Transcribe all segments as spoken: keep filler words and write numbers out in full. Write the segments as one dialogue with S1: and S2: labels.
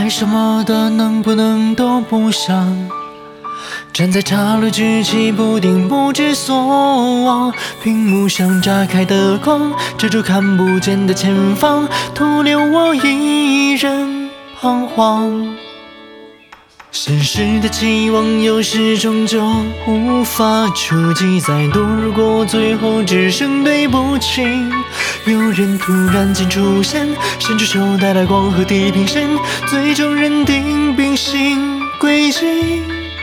S1: 该什么的能不能都不想，站在岔路举棋不定不知所望，屏幕上炸开的光遮住看不见的前方，徒留我一人彷徨。现实的期望有时终究无法触及，再度如果最后只剩对不起。有人突然间出现，伸出手带来光和地平线，最终认定并行轨迹。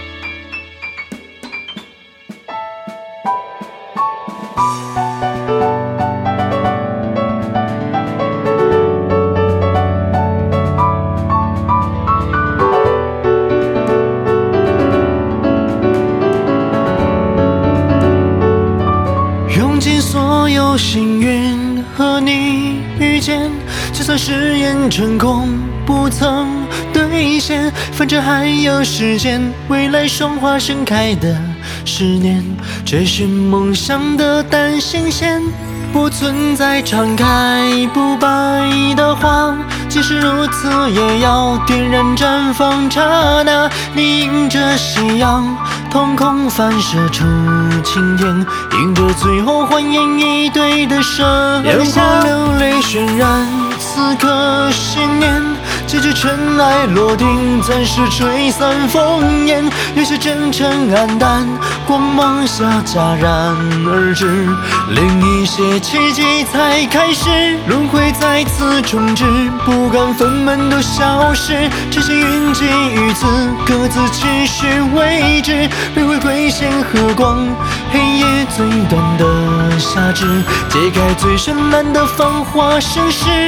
S1: 用尽所有幸运和你遇见，就算誓言成功不曾兑现，反正还有时间，未来双花盛开的十年，追寻梦想的单行线，不存在常开不败的花，即使如此也要点燃绽放刹那。你迎着夕阳瞳孔反射出晴天，迎着最后欢颜以对的盛夏，眼眶流泪渲染此刻信念，结局尘埃落定，暂时吹散烽烟，有些真诚黯淡，光芒下戛然而止，另一些奇迹才开始，轮回再次重置，不甘愤懑都消失，这些云际于此各自继续未知，被回归线和光，黑夜最短的夏至，揭开最深蓝的繁华盛世。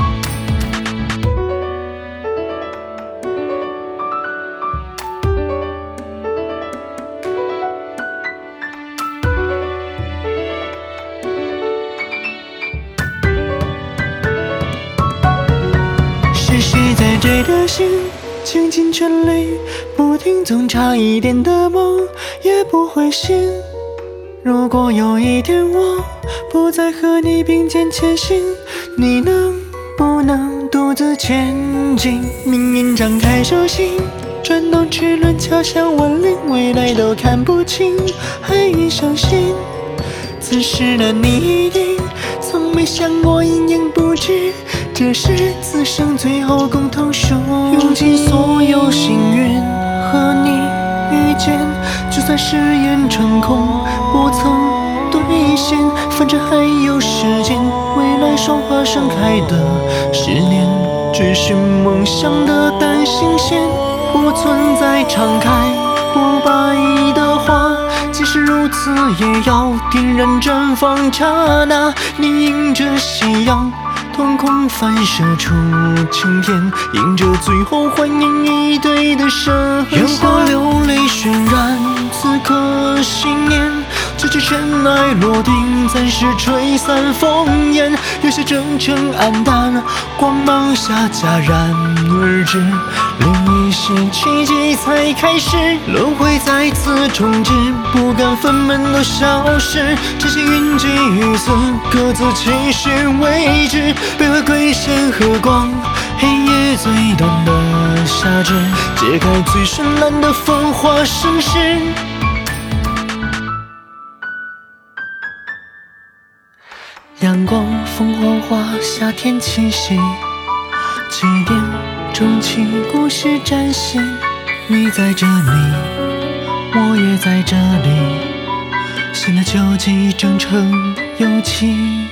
S1: 是谁在追着星，倾尽全力，不停总差一点的梦也不会醒。如果有一天我不再和你并肩前行，你能不能独自前进？命运张开手心，转动齿轮敲响万灵，未来都看不清，还已相信此时的你一定从没想过阴影不知，这是此生最后共同属于。用尽所有幸运和你遇见，就算誓言成空不曾兑现，反正还有时间，未来双花盛开的十年，追寻梦想的单行线，不存在常开不败的花，即使如此也要点燃绽放刹那。你迎着夕阳瞳孔反射出晴天，迎着最后欢颜以对的盛夏，眼眶流泪渲染此刻信念，这句尘埃落定，暂时吹散烽烟，有些真诚黯淡，光芒下戛然而止，另一些奇迹才开始，轮回再次重置，不甘愤懑都消失，这些云际于此各自继续未知，被回归线和光，黑夜最短的夏至，揭开最绚烂的繁华盛世。阳光风火花，夏天气息，起点中期故事展现，你在这里，我也在这里，新的秋季征程有期。